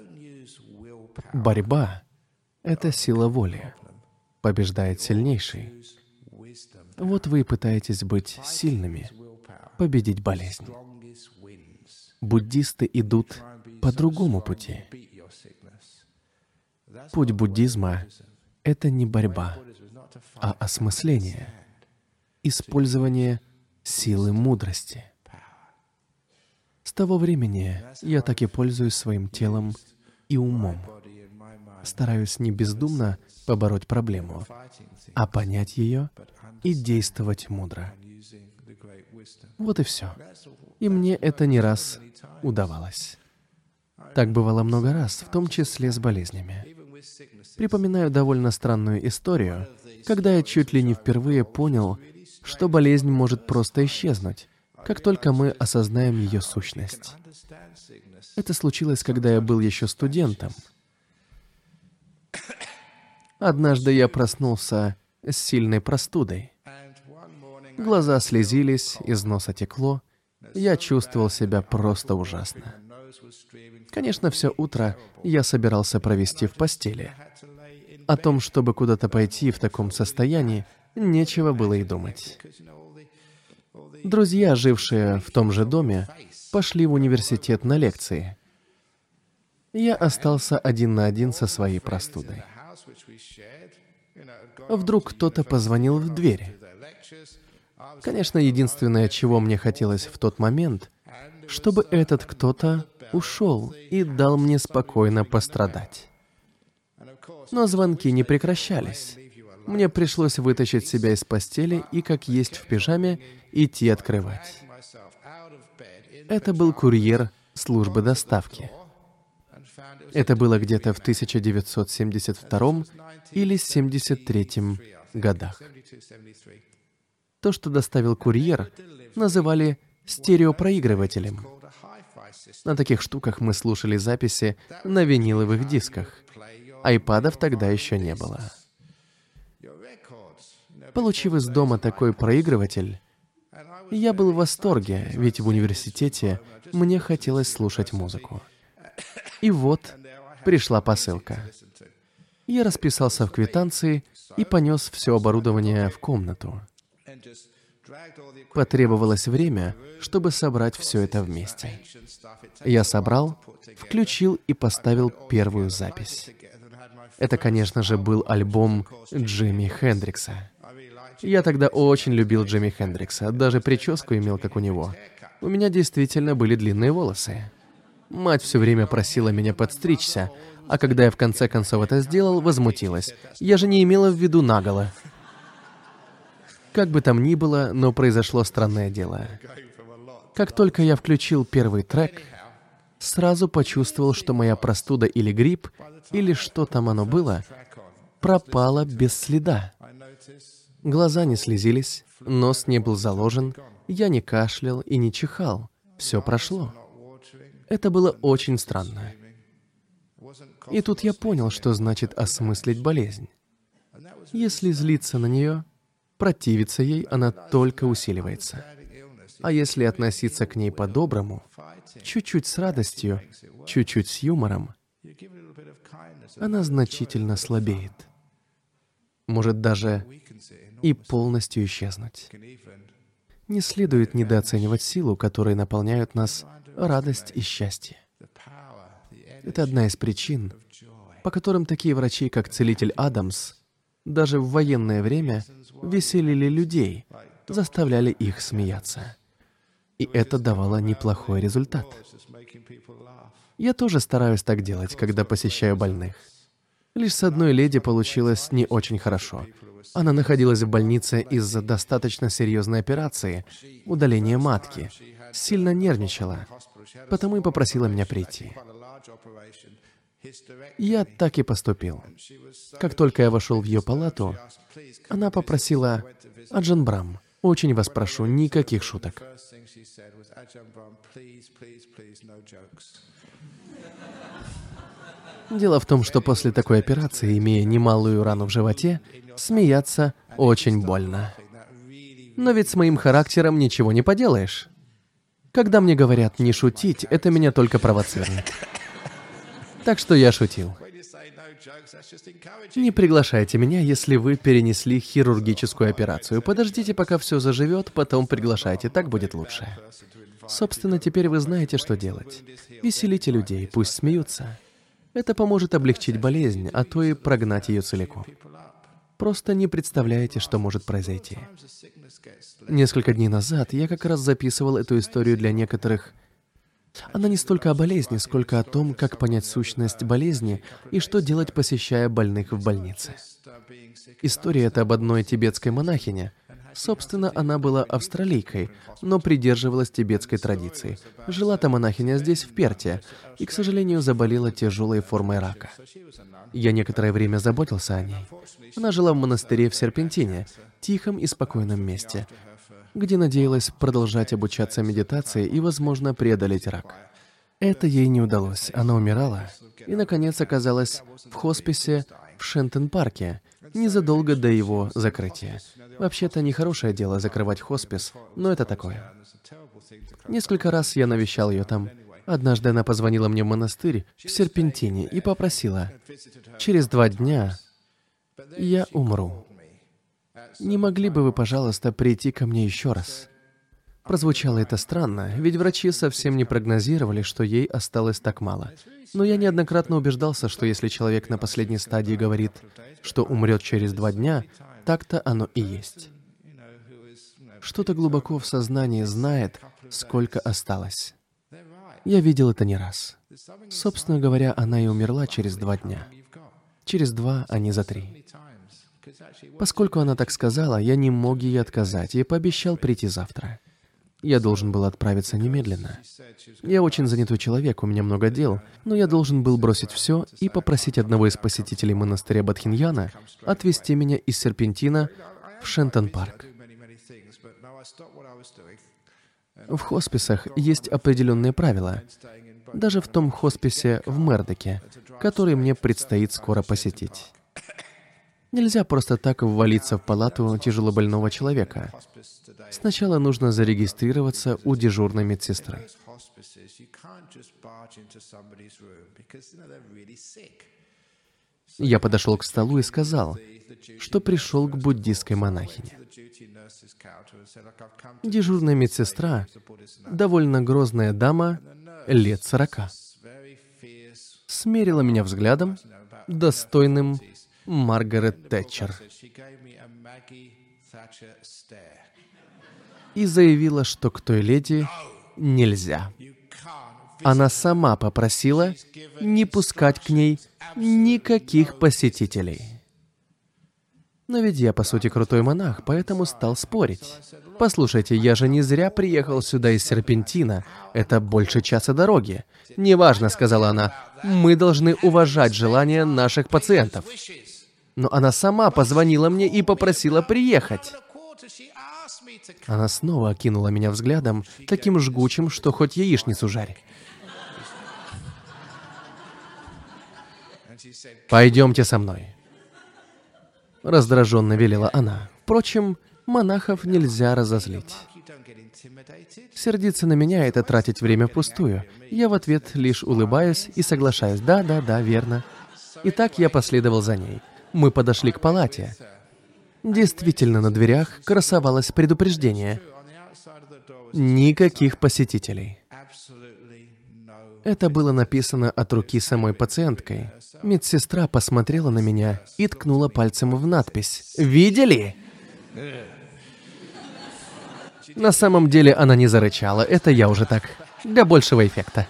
Борьба — это сила воли. Побеждает сильнейший. Вот вы пытаетесь быть сильными, победить болезнь. Буддисты идут по другому пути. Путь буддизма — это не борьба, а осмысление, использование силы мудрости. С того времени я так и пользуюсь своим телом и умом. Стараюсь не бездумно побороть проблему, а понять ее и действовать мудро. Вот и все. И мне это не раз удавалось. Так бывало много раз, в том числе с болезнями. Припоминаю довольно странную историю, когда я чуть ли не впервые понял, что болезнь может просто исчезнуть, как только мы осознаем ее сущность. Это случилось, когда я был еще студентом. Однажды я проснулся с сильной простудой. Глаза слезились, из носа текло. Я чувствовал себя просто ужасно. Конечно, все утро я собирался провести в постели. О том, чтобы куда-то пойти в таком состоянии, нечего было и думать. Друзья, жившие в том же доме, пошли в университет на лекции. Я остался один на один со своей простудой. Вдруг кто-то позвонил в дверь. Конечно, единственное, чего мне хотелось в тот момент, чтобы этот кто-то ушел и дал мне спокойно пострадать. Но звонки не прекращались. Мне пришлось вытащить себя из постели и, как есть в пижаме, идти открывать. Это был курьер службы доставки. Это было где-то в 1972 или 1973 годах. То, что доставил курьер, называли стереопроигрывателем. На таких штуках мы слушали записи на виниловых дисках. Айпадов тогда еще не было. Получив из дома такой проигрыватель, я был в восторге, ведь в университете мне хотелось слушать музыку. И вот пришла посылка. Я расписался в квитанции и понес все оборудование в комнату. Потребовалось время, чтобы собрать все это вместе. Я собрал, включил и поставил первую запись. Это, конечно же, был альбом Джимми Хендрикса. Я тогда очень любил Джимми Хендрикса, даже прическу имел, как у него. У меня действительно были длинные волосы. Мать все время просила меня подстричься, а когда я в конце концов это сделал, возмутилась. Я же не имела в виду наголо. Как бы там ни было, но произошло странное дело. Как только я включил первый трек, сразу почувствовал, что моя простуда или грипп, или что там оно было, пропала без следа. Глаза не слезились, нос не был заложен, я не кашлял и не чихал. Все прошло. Это было очень странно. И тут я понял, что значит осмыслить болезнь. Если злиться на нее, противиться ей, она только усиливается. А если относиться к ней по-доброму, чуть-чуть с радостью, чуть-чуть с юмором, она значительно слабеет. Может даже и полностью исчезнуть. Не следует недооценивать силу, которой наполняют нас радость и счастье. Это одна из причин, по которым такие врачи, как целитель Адамс, даже в военное время веселили людей, заставляли их смеяться. И это давало неплохой результат. Я тоже стараюсь так делать, когда посещаю больных. Лишь с одной леди получилось не очень хорошо. Она находилась в больнице из-за достаточно серьезной операции, удаления матки, сильно нервничала, потому и попросила меня прийти. Я так и поступил. Как только я вошел в ее палату, она попросила: «Аджан Брам, очень вас прошу, никаких шуток». Дело в том, что после такой операции, имея немалую рану в животе, смеяться очень больно. Но ведь с моим характером ничего не поделаешь. Когда мне говорят не шутить, это меня только провоцирует. Так что я шутил. Не приглашайте меня, если вы перенесли хирургическую операцию. Подождите, пока все заживет, потом приглашайте, так будет лучше. Собственно, теперь вы знаете, что делать. Веселите людей, пусть смеются. Это поможет облегчить болезнь, а то и прогнать ее целиком. Просто не представляете, что может произойти. Несколько дней назад я как раз записывал эту историю для некоторых. Она не столько о болезни, сколько о том, как понять сущность болезни и что делать, посещая больных в больнице. История эта об одной тибетской монахине. Собственно, она была австралийкой, но придерживалась тибетской традиции. Жила-то монахиня здесь, в Перте, и, к сожалению, заболела тяжелой формой рака. Я некоторое время заботился о ней. Она жила в монастыре в Серпентине, тихом и спокойном месте, где надеялась продолжать обучаться медитации и, возможно, преодолеть рак. Это ей не удалось, она умирала, и, наконец, оказалась в хосписе в Шентон-парке, незадолго до его закрытия. Вообще-то нехорошее дело закрывать хоспис, но это такое. Несколько раз я навещал ее там. Однажды она позвонила мне в монастырь в Серпентине и попросила: «Через 2 дня я умру. Не могли бы вы, пожалуйста, прийти ко мне еще раз?» Прозвучало это странно, ведь врачи совсем не прогнозировали, что ей осталось так мало. Но я неоднократно убеждался, что если человек на последней стадии говорит, что умрет через 2 дня, так-то оно и есть. Что-то глубоко в сознании знает, сколько осталось. Я видел это не раз. Собственно говоря, она и умерла через 2 дня. Через 2, а не за 3. Поскольку она так сказала, я не мог ей отказать и пообещал прийти завтра. Я должен был отправиться немедленно. Я очень занятой человек, у меня много дел, но я должен был бросить все и попросить одного из посетителей монастыря Бодхиньяна отвезти меня из Серпентина в Шентон-парк. В хосписах есть определенные правила, даже в том хосписе в Мердоке, который мне предстоит скоро посетить. Нельзя просто так ввалиться в палату тяжелобольного человека. Сначала нужно зарегистрироваться у дежурной медсестры. Я подошел к столу и сказал, что пришел к буддистской монахине. Дежурная медсестра, довольно грозная дама, лет 40, смерила меня взглядом, достойным Маргарет Тэтчер, и заявила, что к той леди нельзя. Она сама попросила не пускать к ней никаких посетителей. Но ведь я, по сути, крутой монах, поэтому стал спорить. «Послушайте, я же не зря приехал сюда из Серпентина. Это больше часа дороги». «Неважно», — сказала она, — «мы должны уважать желания наших пациентов». Но она сама позвонила мне и попросила приехать. Она снова окинула меня взглядом, таким жгучим, что хоть яичницу жарь. «Пойдемте со мной», — раздраженно велела она. Впрочем, монахов нельзя разозлить. Сердиться на меня — это тратить время впустую. Я в ответ лишь улыбаюсь и соглашаюсь. Да, верно. Итак, я последовал за ней. Мы подошли к палате. Действительно, на дверях красовалось предупреждение: никаких посетителей. Это было написано от руки самой пациенткой. Медсестра посмотрела на меня и ткнула пальцем в надпись. «Видели?» На самом деле она не зарычала, это я уже так, для большего эффекта.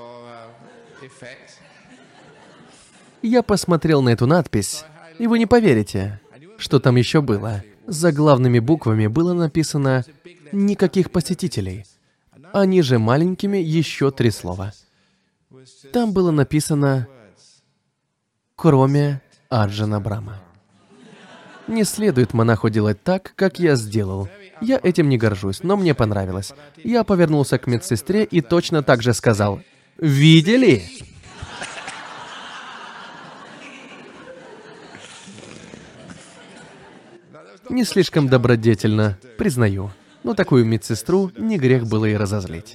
Я посмотрел на эту надпись, и вы не поверите, что там еще было. За главными буквами было написано «никаких посетителей», а ниже маленькими еще 3 слова. Там было написано «кроме Аджана Брахма». Не следует монаху делать так, как я сделал. Я этим не горжусь, но мне понравилось. Я повернулся к медсестре и точно так же сказал: «Видели?» Не слишком добродетельно, признаю, но такую медсестру не грех было и разозлить.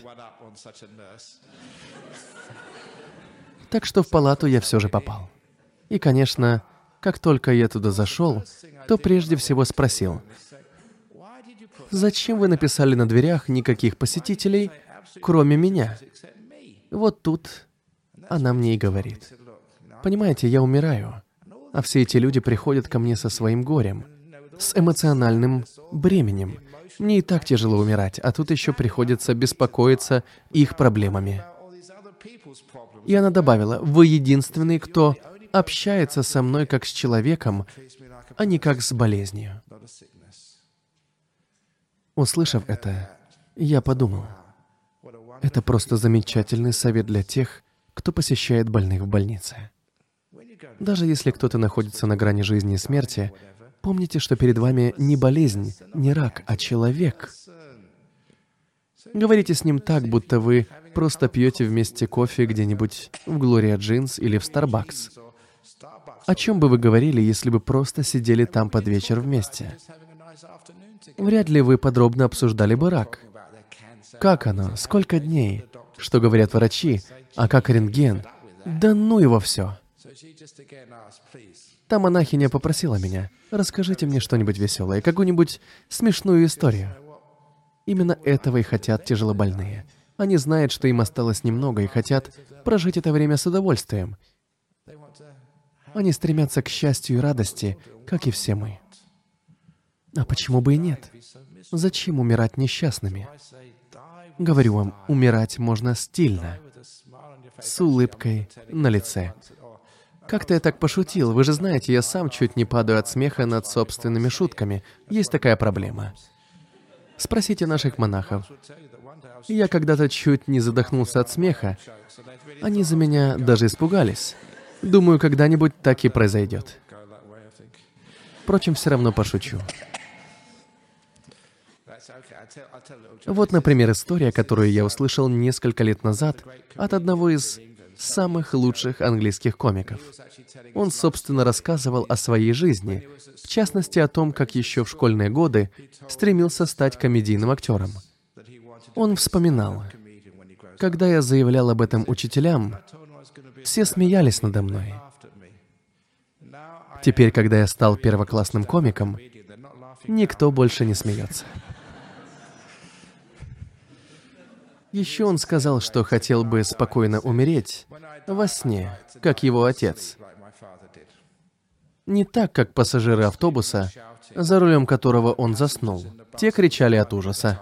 Так что в палату я все же попал. И, конечно, как только я туда зашел, то прежде всего спросил: «Зачем вы написали на дверях никаких посетителей, кроме меня?» Вот тут она мне и говорит: Понимаете, я умираю, а все эти люди приходят ко мне со своим горем, с эмоциональным бременем. Мне и так тяжело умирать, а тут еще приходится беспокоиться их проблемами. И она добавила: «Вы единственный, кто общается со мной как с человеком, а не как с болезнью». Услышав это, я подумал, это просто замечательный совет для тех, кто посещает больных в больнице. Даже если кто-то находится на грани жизни и смерти, помните, что перед вами не болезнь, не рак, а человек. Говорите с ним так, будто вы просто пьете вместе кофе где-нибудь в Gloria Jeans или в Starbucks. О чем бы вы говорили, если бы просто сидели там под вечер вместе? Вряд ли вы подробно обсуждали бы рак. Как оно? Сколько дней? Что говорят врачи? А как рентген? Да ну его все. Та монахиня попросила меня: расскажите мне что-нибудь веселое, какую-нибудь смешную историю. Именно этого и хотят тяжелобольные. Они знают, что им осталось немного, и хотят прожить это время с удовольствием. Они стремятся к счастью и радости, как и все мы. А почему бы и нет? Зачем умирать несчастными? Говорю вам, умирать можно стильно, с улыбкой на лице. Как-то я так пошутил. Вы же знаете, я сам чуть не падаю от смеха над собственными шутками. Есть такая проблема. Спросите наших монахов. Я когда-то чуть не задохнулся от смеха. Они за меня даже испугались. Думаю, когда-нибудь так и произойдет. Впрочем, все равно пошучу. Вот, например, история, которую я услышал несколько лет назад от одного из самых лучших английских комиков. Он, собственно, рассказывал о своей жизни, в частности, о том, как еще в школьные годы стремился стать комедийным актером. Он вспоминал: когда я заявлял об этом учителям, все смеялись надо мной. Теперь, когда я стал первоклассным комиком, никто больше не смеется. Еще он сказал, что хотел бы спокойно умереть во сне, как его отец. Не так, как пассажиры автобуса, за рулем которого он заснул. Те кричали от ужаса.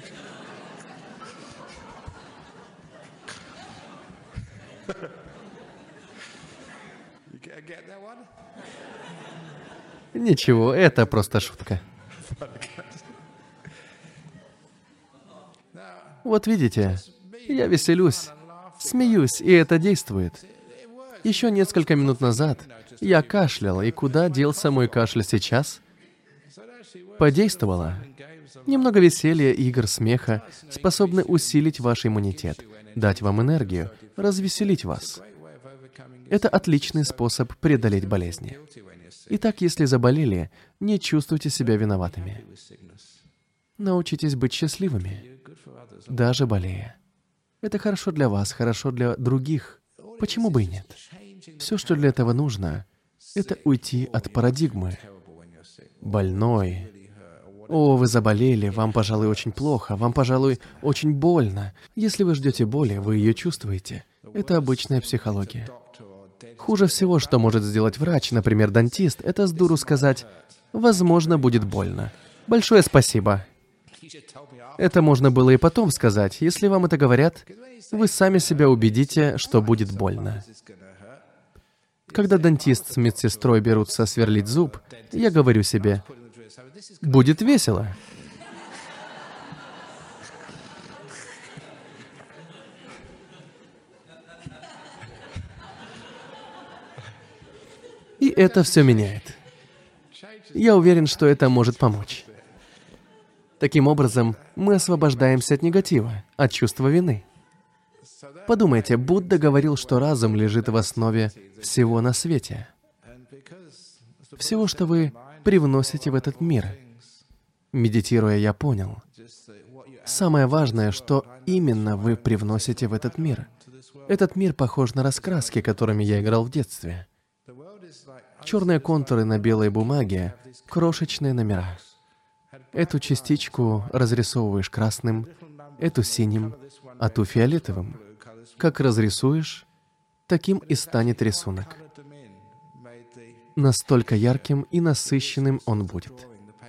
Ничего, это просто шутка. Вот видите, я веселюсь, смеюсь, и это действует. Еще несколько минут назад я кашлял, и куда делся мой кашель сейчас? Подействовало. Немного веселья, игр, смеха способны усилить ваш иммунитет, дать вам энергию, развеселить вас. Это отличный способ преодолеть болезни. Итак, если заболели, не чувствуйте себя виноватыми. Научитесь быть счастливыми, даже болея. Это хорошо для вас, хорошо для других. Почему бы и нет? Все, что для этого нужно, это уйти от парадигмы. Больной. О, вы заболели, вам, пожалуй, очень плохо, вам, пожалуй, очень больно. Если вы ждете боли, вы ее чувствуете. Это обычная психология. Хуже всего, что может сделать врач, например, дантист, это с дуру сказать: «Возможно, будет больно. Большое спасибо». Это можно было и потом сказать. Если вам это говорят, вы сами себя убедите, что будет больно. Когда дантист с медсестрой берутся сверлить зуб, я говорю себе: будет весело. И это все меняет. Я уверен, что это может помочь. Таким образом, мы освобождаемся от негатива, от чувства вины. Подумайте, Будда говорил, что разум лежит в основе всего на свете. Всего, что вы привносите в этот мир. Медитируя, я понял. Самое важное, что именно вы привносите в этот мир. Этот мир похож на раскраски, которыми я играл в детстве. Черные контуры на белой бумаге, крошечные номера. Эту частичку разрисовываешь красным, эту синим, а ту фиолетовым. Как разрисуешь, таким и станет рисунок. настолько ярким и насыщенным он будет.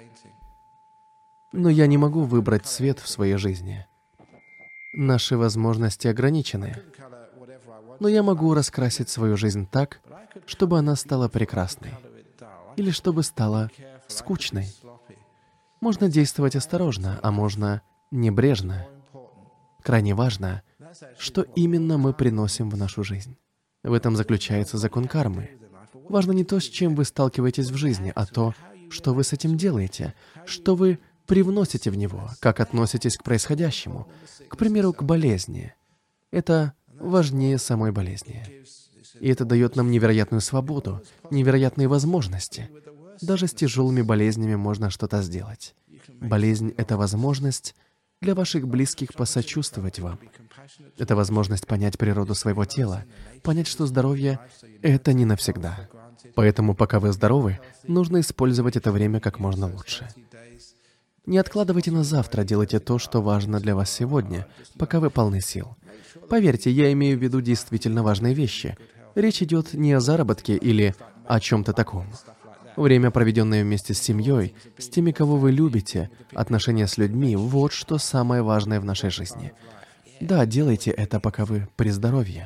Но я не могу выбрать цвет в своей жизни. Наши возможности ограничены. Но я могу раскрасить свою жизнь так, чтобы она стала прекрасной. Или чтобы стала скучной. Можно действовать осторожно, а можно небрежно. Крайне важно, что именно мы приносим в нашу жизнь. В этом заключается закон кармы. Важно не то, с чем вы сталкиваетесь в жизни, а то, что вы с этим делаете, что вы привносите в него, как относитесь к происходящему, к примеру, к болезни. Это важнее самой болезни. И это дает нам невероятную свободу, невероятные возможности. Даже с тяжелыми болезнями можно что-то сделать. Болезнь — это возможность для ваших близких посочувствовать вам. Это возможность понять природу своего тела, понять, что здоровье — это не навсегда. Поэтому, пока вы здоровы, нужно использовать это время как можно лучше. Не откладывайте на завтра, делайте то, что важно для вас сегодня, пока вы полны сил. Поверьте, я имею в виду действительно важные вещи. Речь идет не о заработке или о чем-то таком. Время, проведенное вместе с семьей, с теми, кого вы любите, отношения с людьми — вот что самое важное в нашей жизни. Да, делайте это, пока вы при здоровье.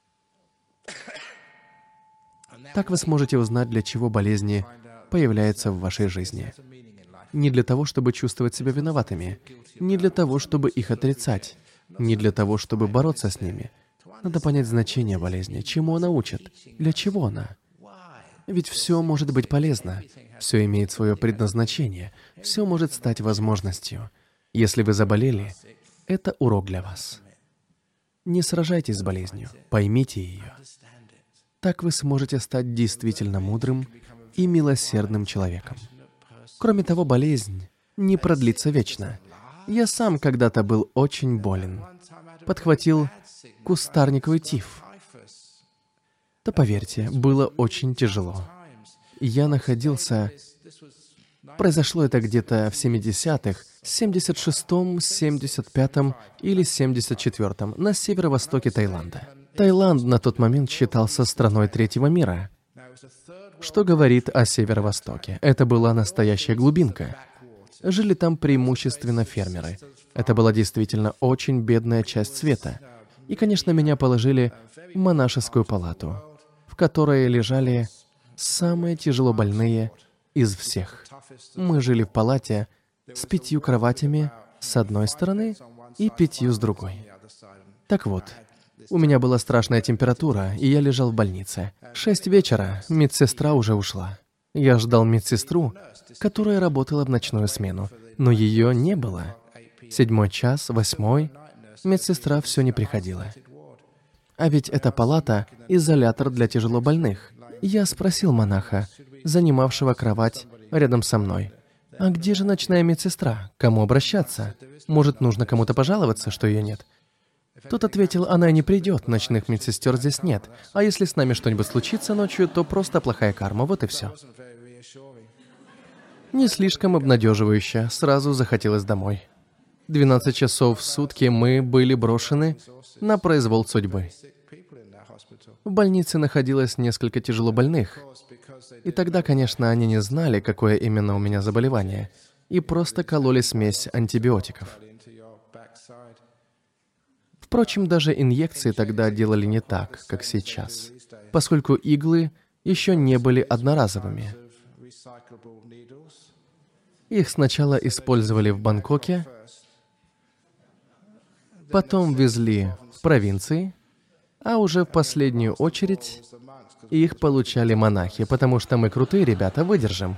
Так вы сможете узнать, для чего болезни появляются в вашей жизни. Не для того, чтобы чувствовать себя виноватыми, не для того, чтобы их отрицать, не для того, чтобы бороться с ними. Надо понять значение болезни, чему она учит, для чего она. Ведь все может быть полезно, все имеет свое предназначение, все может стать возможностью. Если вы заболели, это урок для вас. Не сражайтесь с болезнью, поймите ее. Так вы сможете стать действительно мудрым и милосердным человеком. Кроме того, болезнь не продлится вечно. Я сам когда-то был очень болен. Подхватил кустарниковый тиф. Да поверьте, было очень тяжело. Я находился... Произошло это где-то в 70-х, 76-м, 75-м или 74-м, на северо-востоке Таиланда. Таиланд на тот момент считался страной третьего мира. Что говорит о северо-востоке? Это была настоящая глубинка. Жили там преимущественно фермеры. Это была действительно очень бедная часть света. И, конечно, меня положили в монашескую палату, в которой лежали самые тяжело больные из всех. Мы жили в палате с 5 кроватями с одной стороны и 5 с другой. Так вот, у меня была страшная температура, и я лежал в больнице. 6 вечера, медсестра уже ушла. Я ждал медсестру, которая работала в ночную смену, но ее не было. 7 час, 8, медсестра все не приходила. А ведь эта палата — изолятор для тяжелобольных. Я спросил монаха, занимавшего кровать рядом со мной: «А где же ночная медсестра? Кому обращаться? Может, нужно кому-то пожаловаться, что ее нет?» Тот ответил: «Она и не придет, ночных медсестер здесь нет. А если с нами что-нибудь случится ночью, то просто плохая карма, вот и все». Не слишком обнадеживающе, сразу захотелось домой. 12 часов в сутки мы были брошены на произвол судьбы. В больнице находилось несколько тяжелобольных. И тогда, конечно, они не знали, какое именно у меня заболевание, и просто кололи смесь антибиотиков. Впрочем, даже инъекции тогда делали не так, как сейчас, поскольку иглы еще не были одноразовыми. Их сначала использовали в Бангкоке, потом везли в провинции, а уже в последнюю очередь их получали монахи, потому что мы крутые ребята, выдержим.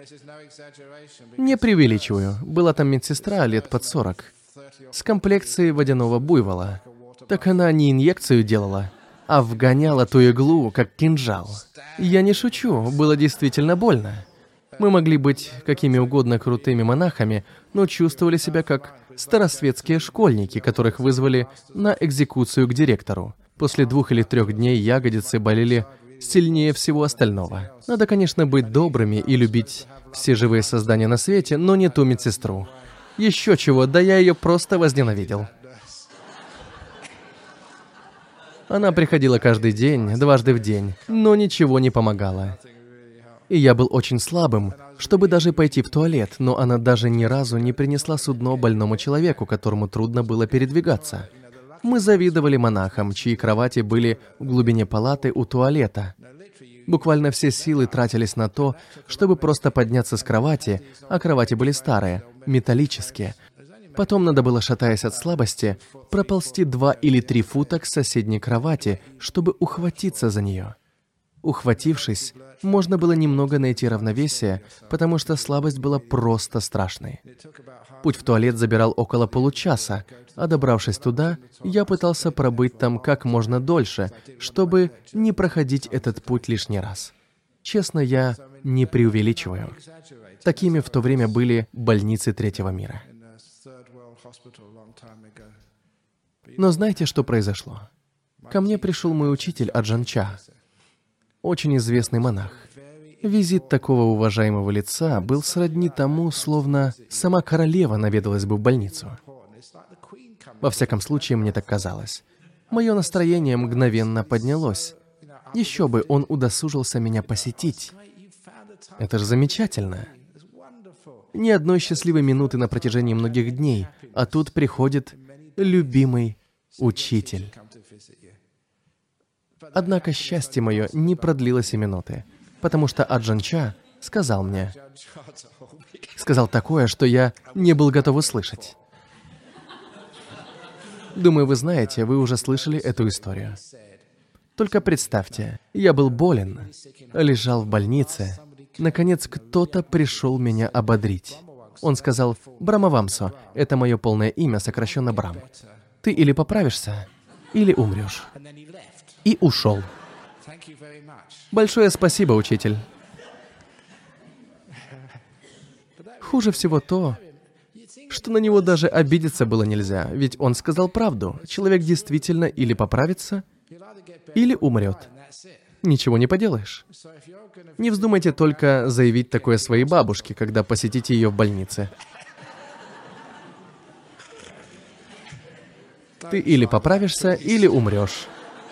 Не преувеличиваю, была там медсестра лет под 40, с комплекцией водяного буйвола. Так она не инъекцию делала, а вгоняла ту иглу, как кинжал. Я не шучу, было действительно больно. Мы могли быть какими угодно крутыми монахами, но чувствовали себя как старосветские школьники, которых вызвали на экзекуцию к директору. После 2 или 3 дней ягодицы болели сильнее всего остального. Надо, конечно, быть добрыми и любить все живые создания на свете, но не ту медсестру. Еще чего, да я ее просто возненавидел. Она приходила каждый день, дважды в день, но ничего не помогало. И я был очень слабым, чтобы даже пойти в туалет, но она даже ни разу не принесла судно больному человеку, которому трудно было передвигаться. Мы завидовали монахам, чьи кровати были в глубине палаты у туалета. Буквально все силы тратились на то, чтобы просто подняться с кровати, а кровати были старые, металлические. Потом надо было, шатаясь от слабости, проползти 2 или 3 фута к соседней кровати, чтобы ухватиться за нее. Ухватившись, можно было немного найти равновесие, потому что слабость была просто страшной. Путь в туалет забирал около получаса, а добравшись туда, я пытался пробыть там как можно дольше, чтобы не проходить этот путь лишний раз. Честно, я не преувеличиваю. Такими в то время были больницы третьего мира. Но знаете, что произошло? Ко мне пришел мой учитель Аджан Ча, очень известный монах. Визит такого уважаемого лица был сродни тому, словно сама королева наведалась бы в больницу. Во всяком случае, мне так казалось. Мое настроение мгновенно поднялось. Еще бы он удосужился меня посетить. Это же замечательно. Ни одной счастливой минуты на протяжении многих дней, а тут приходит любимый учитель. Однако счастье мое не продлилось и минуты, потому что Аджан Ча сказал мне, сказал такое, что я не был готов услышать. Думаю, вы знаете, вы уже слышали эту историю. Только представьте, я был болен, лежал в больнице. Наконец, кто-то пришел меня ободрить. Он сказал: «Брамавамсо, это мое полное имя, сокращенно Брам. Ты или поправишься, или умрешь». И ушел. Большое спасибо, учитель. Хуже всего то, что на него даже обидеться было нельзя, ведь он сказал правду. Человек действительно или поправится, или умрет. Ничего не поделаешь. Не вздумайте только заявить такое своей бабушке, когда посетите ее в больнице. Ты или поправишься, или умрешь.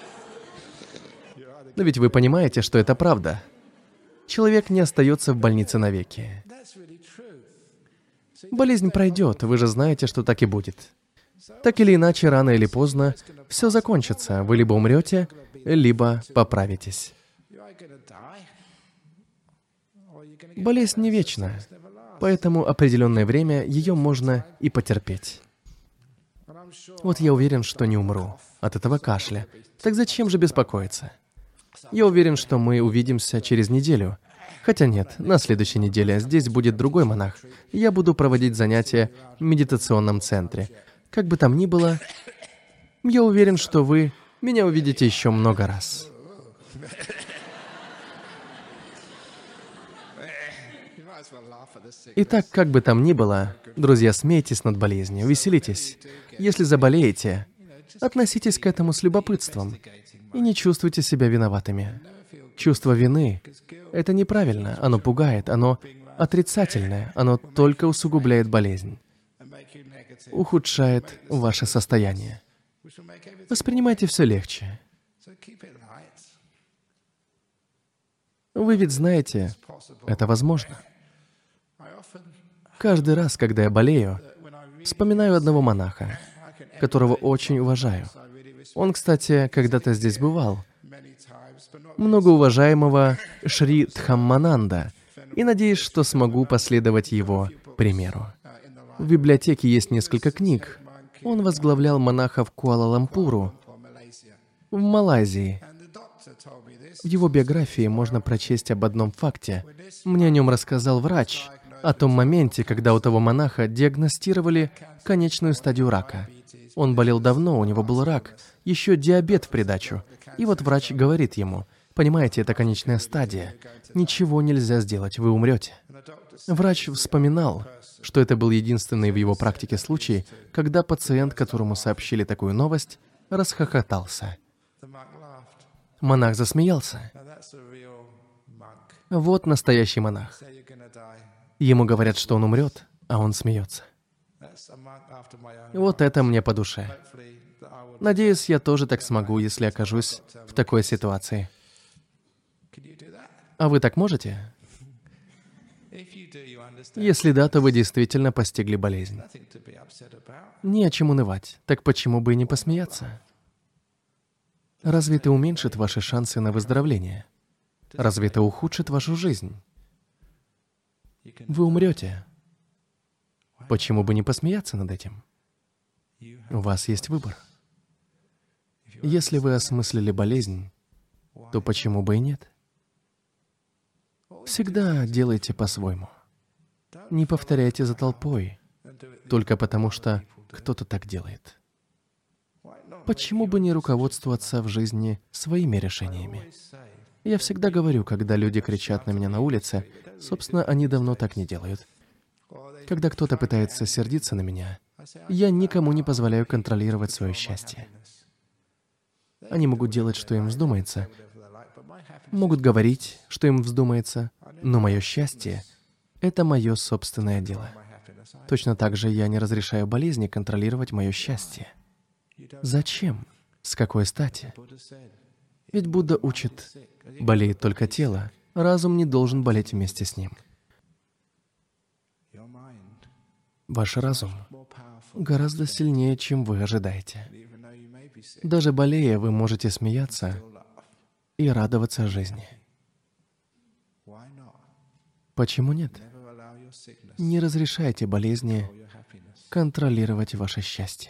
Но ведь вы понимаете, что это правда. Человек не остается в больнице навеки. Болезнь пройдет, вы же знаете, что так и будет. Так или иначе, рано или поздно, все закончится. Вы либо умрете, либо поправитесь. Болезнь не вечна, поэтому определенное время ее можно и потерпеть. Вот я уверен, что не умру от этого кашля. Так зачем же беспокоиться? Я уверен, что мы увидимся через неделю. Хотя нет, на следующей неделе здесь будет другой монах. Я буду проводить занятия в медитационном центре. Как бы там ни было, я уверен, что вы меня увидите еще много раз. Итак, как бы там ни было, друзья, смейтесь над болезнью, веселитесь. Если заболеете, относитесь к этому с любопытством и не чувствуйте себя виноватыми. Чувство вины — это неправильно, оно пугает, оно отрицательное, оно только усугубляет болезнь, ухудшает ваше состояние. Воспринимайте все легче. Вы ведь знаете, это возможно. Каждый раз, когда я болею, вспоминаю одного монаха, которого очень уважаю. Он, кстати, когда-то здесь бывал. Многоуважаемого Шри Дхаммананда, и надеюсь, что смогу последовать его примеру. В библиотеке есть несколько книг. Он возглавлял монахов Куала-Лумпуру, в Малайзии. В его биографии можно прочесть об одном факте. Мне о нем рассказал врач, о том моменте, когда у того монаха диагностировали конечную стадию рака. Он болел давно, у него был рак, еще диабет в придачу. И вот врач говорит ему: «Понимаете, это конечная стадия. Ничего нельзя сделать, вы умрете». Врач вспоминал, что это был единственный в его практике случай, когда пациент, которому сообщили такую новость, расхохотался. Монах засмеялся. Вот настоящий монах. Ему говорят, что он умрет, а он смеется. Вот это мне по душе. Надеюсь, я тоже так смогу, если окажусь в такой ситуации. А вы так можете? Если да, то вы действительно постигли болезнь. Не о чем унывать. Так почему бы и не посмеяться? Разве это уменьшит ваши шансы на выздоровление? Разве это ухудшит вашу жизнь? Вы умрете. Почему бы не посмеяться над этим? У вас есть выбор. Если вы осмыслили болезнь, то почему бы и нет? Всегда делайте по-своему. Не повторяйте за толпой, только потому что кто-то так делает. Почему бы не руководствоваться в жизни своими решениями? Я всегда говорю, когда люди кричат на меня на улице, собственно, они давно так не делают. Когда кто-то пытается сердиться на меня, я никому не позволяю контролировать свое счастье. Они могут делать, что им вздумается, могут говорить, что им вздумается, но мое счастье — это мое собственное дело. Точно так же я не разрешаю болезни контролировать мое счастье. Зачем? С какой стати? Ведь Будда учит, болеет только тело, разум не должен болеть вместе с ним. Ваш разум гораздо сильнее, чем вы ожидаете. Даже болея, вы можете смеяться и радоваться жизни. Почему нет? Не разрешайте болезни контролировать ваше счастье.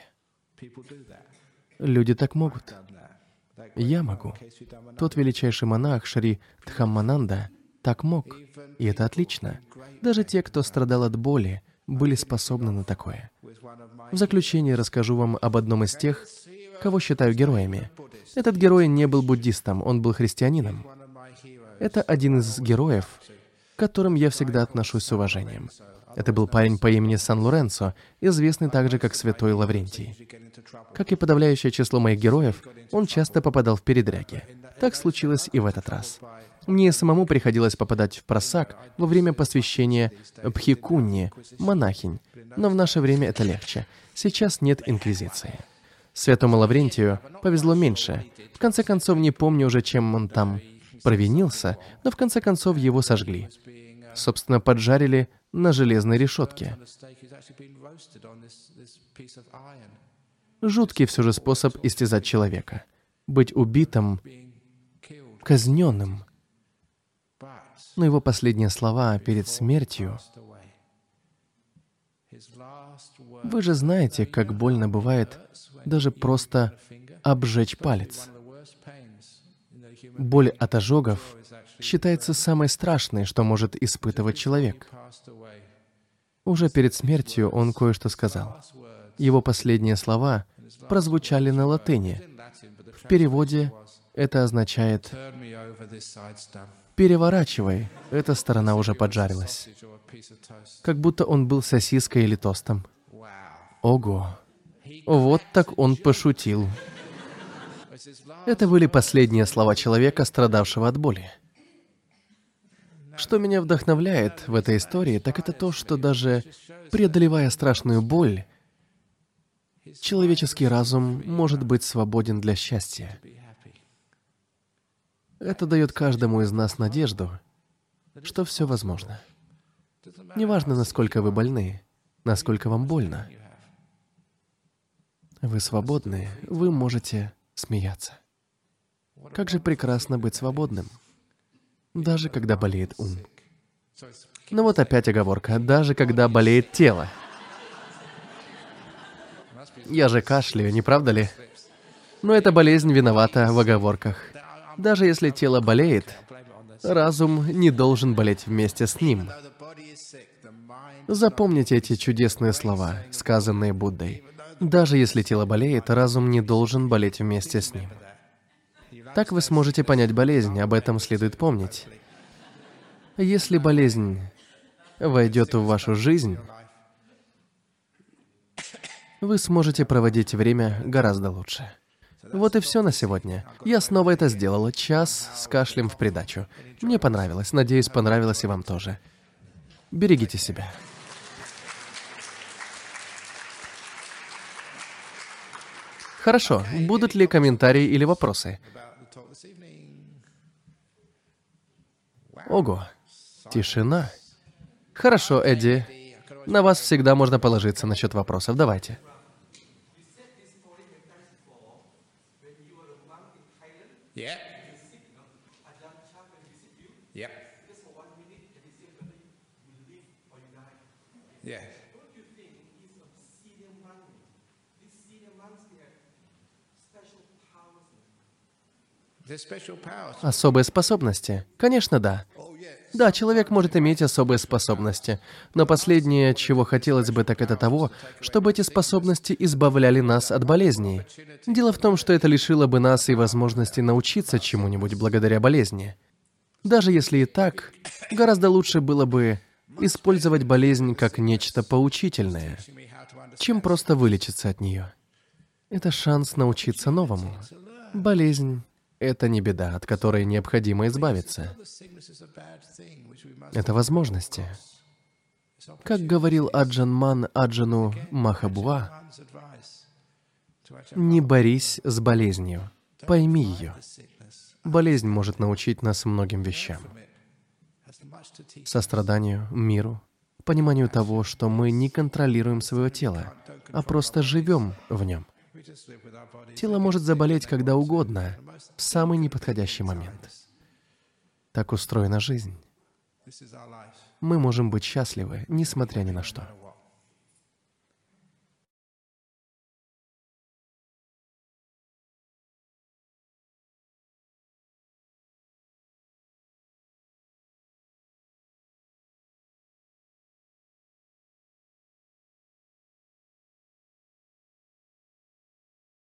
Люди так могут. Я могу. Тот величайший монах Шри Дхаммананда так мог, и это отлично. Даже те, кто страдал от боли, были способны на такое. В заключение расскажу вам об одном из тех, кого считаю героями. Этот герой не был буддистом, он был христианином. Это один из героев, к которым я всегда отношусь с уважением. Это был парень по имени Сан-Лоренцо, известный также как Святой Лаврентий. Как и подавляющее число моих героев, он часто попадал в передряги. Так случилось и в этот раз. Мне самому приходилось попадать в просак во время посвящения Бхиккунни, монахинь, но в наше время это легче. Сейчас нет инквизиции. Святому Лаврентию повезло меньше. В конце концов, не помню уже, чем он там провинился, но в конце концов его сожгли. Собственно, поджарили на железной решетке. Жуткий все же способ истязать человека. Быть убитым, казненным. Но его последние слова перед смертью... Вы же знаете, как больно бывает даже просто обжечь палец. Боль от ожогов считается самой страшной, что может испытывать человек. Уже перед смертью он кое-что сказал. Его последние слова прозвучали на латыни. В переводе это означает «переворачивай, эта сторона уже поджарилась». Как будто он был сосиской или тостом. Ого! Вот так он пошутил. Это были последние слова человека, страдавшего от боли. Что меня вдохновляет в этой истории, так это то, что даже преодолевая страшную боль, человеческий разум может быть свободен для счастья. Это дает каждому из нас надежду, что все возможно. Неважно, насколько вы больны, насколько вам больно. Вы свободны, вы можете смеяться. Как же прекрасно быть свободным, даже когда болеет ум. Ну вот опять оговорка, даже когда болеет тело. Я же кашляю, не правда ли? Но эта болезнь виновата в оговорках. Даже если тело болеет, разум не должен болеть вместе с ним. Запомните эти чудесные слова, сказанные Буддой. Даже если тело болеет, разум не должен болеть вместе с ним. Так вы сможете понять болезнь, об этом следует помнить. Если болезнь войдет в вашу жизнь, вы сможете проводить время гораздо лучше. Вот и все на сегодня. Я снова это сделала. Час с кашлем в придачу. Мне понравилось. Надеюсь, понравилось и вам тоже. Берегите себя. Хорошо. Будут ли комментарии или вопросы? Ого. Тишина. Хорошо, Эдди. На вас всегда можно положиться насчет вопросов. Давайте. Yeah. Yep. Yeah. There's special powers. Особые способности? Конечно, да. Да, человек может иметь особые способности, но последнее, чего хотелось бы, так это того, чтобы эти способности избавляли нас от болезней. Дело в том, что это лишило бы нас и возможности научиться чему-нибудь благодаря болезни. Даже если и так, гораздо лучше было бы использовать болезнь как нечто поучительное, чем просто вылечиться от нее. Это шанс научиться новому. Болезнь — это не беда, от которой необходимо избавиться. Это возможности. Как говорил Аджан Ман Аджану Махабуа, не борись с болезнью, пойми ее. Болезнь может научить нас многим вещам. Состраданию, миру, пониманию того, что мы не контролируем свое тело, а просто живем в нем. Тело может заболеть когда угодно, в самый неподходящий момент. Так устроена жизнь. Мы можем быть счастливы, несмотря ни на что.